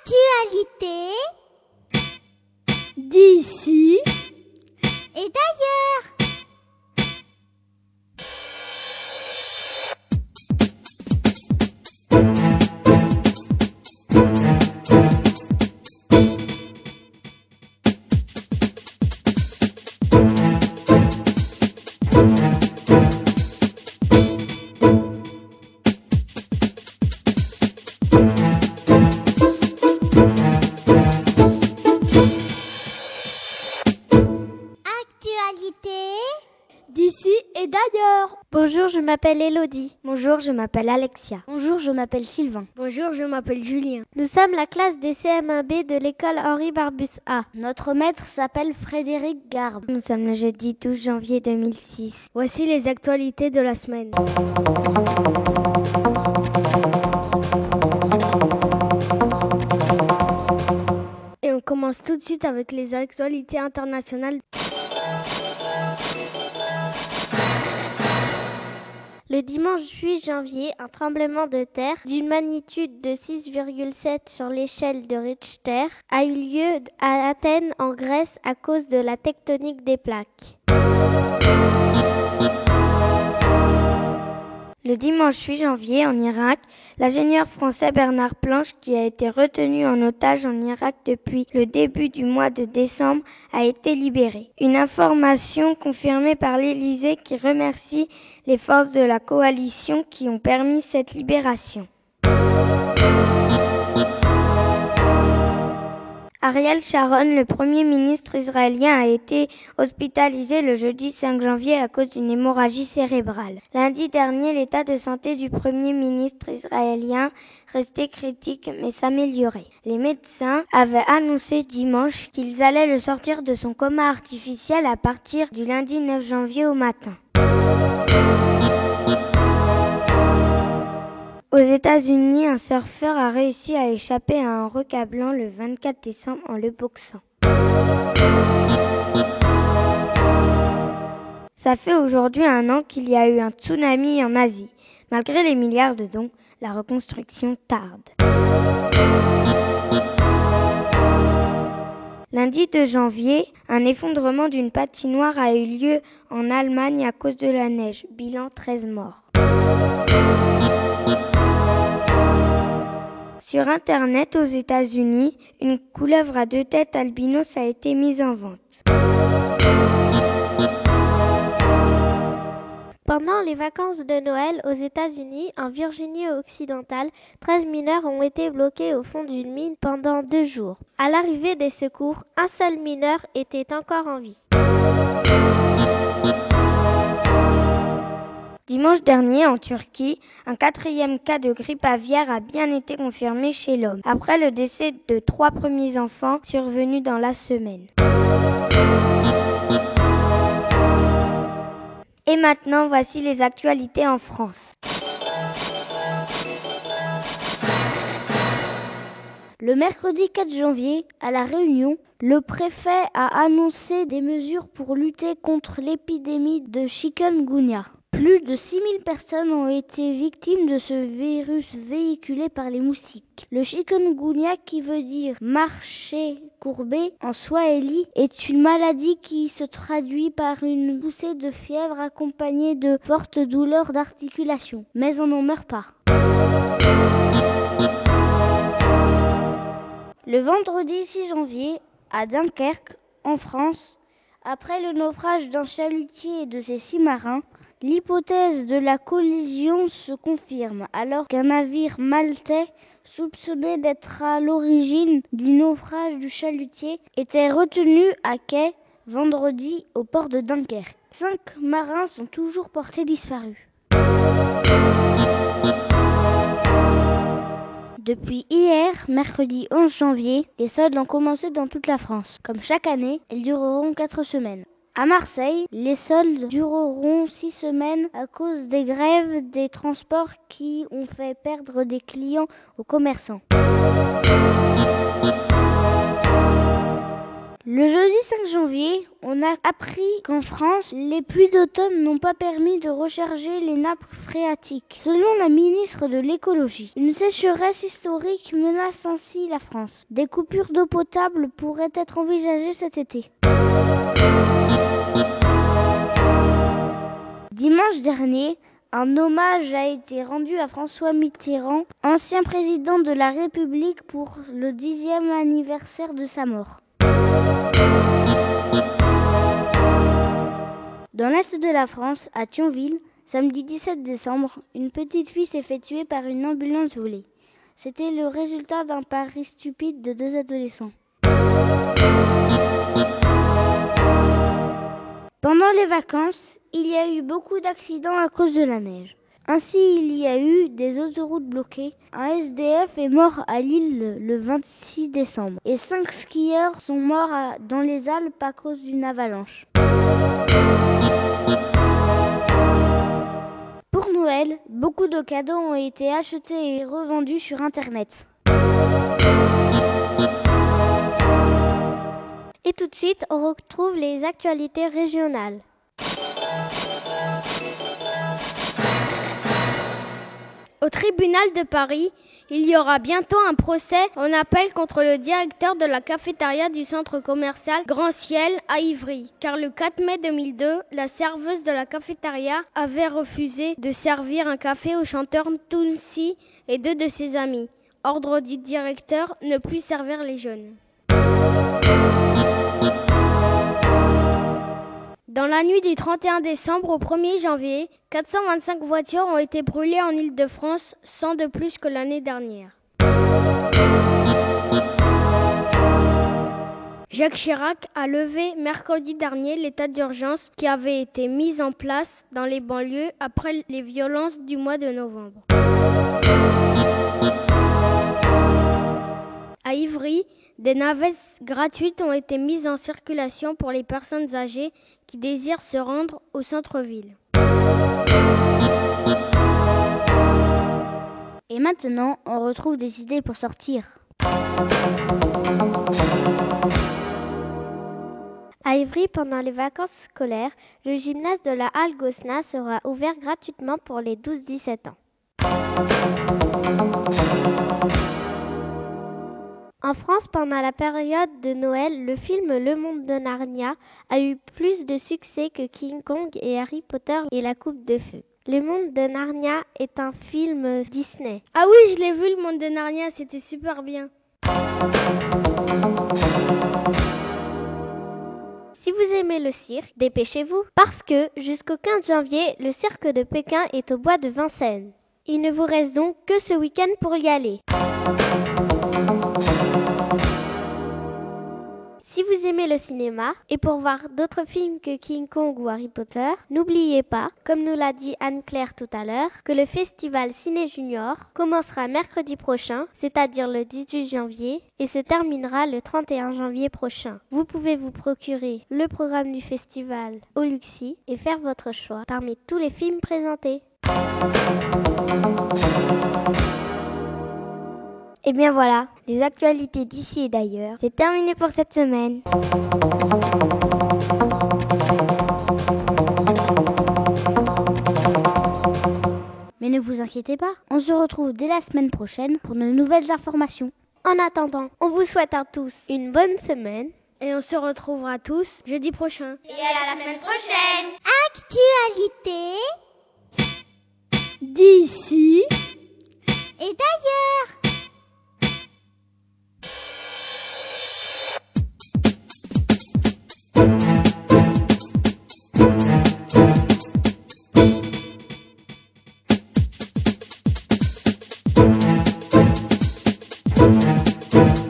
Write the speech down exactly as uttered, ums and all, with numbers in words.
Actualité d'ici et d'ailleurs. Actualité d'ici et d'ailleurs. Bonjour, je m'appelle Elodie. Bonjour, je m'appelle Alexia. Bonjour, je m'appelle Sylvain. Bonjour, je m'appelle Julien. Nous sommes la classe des C M un B de l'école Henri Barbus A. Notre maître s'appelle Frédéric Garbe. Nous sommes le jeudi douze janvier deux mille six. Voici les actualités de la semaine. Et on commence tout de suite avec les actualités internationales. Le dimanche huit janvier, un tremblement de terre d'une magnitude de six virgule sept sur l'échelle de Richter a eu lieu à Athènes en Grèce à cause de la tectonique des plaques. Le dimanche huit janvier, en Irak, l'ingénieur français Bernard Planche, qui a été retenu en otage en Irak depuis le début du mois de décembre, a été libéré. Une information confirmée par l'Élysée qui remercie les forces de la coalition qui ont permis cette libération. Ariel Sharon, le premier ministre israélien, a été hospitalisé le jeudi cinq janvier à cause d'une hémorragie cérébrale. Lundi dernier, l'état de santé du premier ministre israélien restait critique mais s'améliorait. Les médecins avaient annoncé dimanche qu'ils allaient le sortir de son coma artificiel à partir du lundi neuf janvier au matin. Aux États-Unis, un surfeur a réussi à échapper à un requin blanc le vingt-quatre décembre en le boxant. Ça fait aujourd'hui un an qu'il y a eu un tsunami en Asie. Malgré les milliards de dons, la reconstruction tarde. Lundi deux janvier, un effondrement d'une patinoire a eu lieu en Allemagne à cause de la neige. Bilan treize morts. Sur Internet, aux États-Unis, une couleuvre à deux têtes albinos a été mise en vente. Pendant les vacances de Noël aux États-Unis, en Virginie-Occidentale, treize mineurs ont été bloqués au fond d'une mine pendant deux jours. À l'arrivée des secours, un seul mineur était encore en vie. Dimanche dernier, en Turquie, un quatrième cas de grippe aviaire a bien été confirmé chez l'homme, après le décès de trois premiers enfants survenus dans la semaine. Et maintenant, voici les actualités en France. Le mercredi quatre janvier, à La Réunion, le préfet a annoncé des mesures pour lutter contre l'épidémie de chikungunya. Plus de six mille personnes ont été victimes de ce virus véhiculé par les moustiques. Le chikungunya, qui veut dire marcher courbé en swahili, est une maladie qui se traduit par une poussée de fièvre accompagnée de fortes douleurs d'articulation. Mais on n'en meurt pas. Le vendredi six janvier, à Dunkerque, en France, après le naufrage d'un chalutier et de ses six marins, l'hypothèse de la collision se confirme alors qu'un navire maltais soupçonné d'être à l'origine du naufrage du chalutier était retenu à quai vendredi au port de Dunkerque. Cinq marins sont toujours portés disparus. Depuis hier, mercredi onze janvier, les soldes ont commencé dans toute la France. Comme chaque année, elles dureront quatre semaines. À Marseille, les soldes dureront six semaines à cause des grèves des transports qui ont fait perdre des clients aux commerçants. Le jeudi cinq janvier, on a appris qu'en France, les pluies d'automne n'ont pas permis de recharger les nappes phréatiques. Selon la ministre de l'Écologie, une sécheresse historique menace ainsi la France. Des coupures d'eau potable pourraient être envisagées cet été. Dimanche dernier, un hommage a été rendu à François Mitterrand, ancien président de la République, pour le dixième anniversaire de sa mort. Dans l'est de la France, à Thionville, samedi dix-sept décembre, une petite fille s'est fait tuer par une ambulance volée. C'était le résultat d'un pari stupide de deux adolescents. Pendant les vacances, il y a eu beaucoup d'accidents à cause de la neige. Ainsi, il y a eu des autoroutes bloquées. Un S D F est mort à Lille le vingt-six décembre. Et cinq skieurs sont morts à, dans les Alpes à cause d'une avalanche. Pour Noël, beaucoup de cadeaux ont été achetés et revendus sur Internet. Et tout de suite, on retrouve les actualités régionales. Au tribunal de Paris, il y aura bientôt un procès en appel contre le directeur de la cafétéria du centre commercial Grand Ciel à Ivry. Car le quatre mai deux mille deux, la serveuse de la cafétéria avait refusé de servir un café au chanteur Tounsi et deux de ses amis. Ordre du directeur, ne plus servir les jeunes. Dans la nuit du trente et un décembre au premier janvier, quatre cent vingt-cinq voitures ont été brûlées en Île-de-France, cent de plus que l'année dernière. Jacques Chirac a levé mercredi dernier l'état d'urgence qui avait été mis en place dans les banlieues après les violences du mois de novembre. À Ivry, des navettes gratuites ont été mises en circulation pour les personnes âgées qui désirent se rendre au centre-ville. Et maintenant, on retrouve des idées pour sortir. À Ivry, pendant les vacances scolaires, le gymnase de la Halle Gosselin sera ouvert gratuitement pour les douze dix-sept ans. En France, pendant la période de Noël, le film Le Monde de Narnia a eu plus de succès que King Kong et Harry Potter et la Coupe de Feu. Le Monde de Narnia est un film Disney. Ah oui, je l'ai vu, Le Monde de Narnia, c'était super bien. Si vous aimez le cirque, dépêchez-vous, parce que jusqu'au quinze janvier, le cirque de Pékin est au bois de Vincennes. Il ne vous reste donc que ce week-end pour y aller. Si vous aimez le cinéma et pour voir d'autres films que King Kong ou Harry Potter, n'oubliez pas, comme nous l'a dit Anne-Claire tout à l'heure, que le festival Ciné Junior commencera mercredi prochain, c'est-à-dire le dix-huit janvier, et se terminera le trente et un janvier prochain. Vous pouvez vous procurer le programme du festival au Luxi et faire votre choix parmi tous les films présentés. Et bien voilà, les actualités d'ici et d'ailleurs, c'est terminé pour cette semaine. Mais ne vous inquiétez pas, on se retrouve dès la semaine prochaine pour de nouvelles informations. En attendant, on vous souhaite à tous une bonne semaine. Et on se retrouvera tous jeudi prochain. Et à la semaine prochaine. Actualité D'ici et d'ailleurs. Thank you.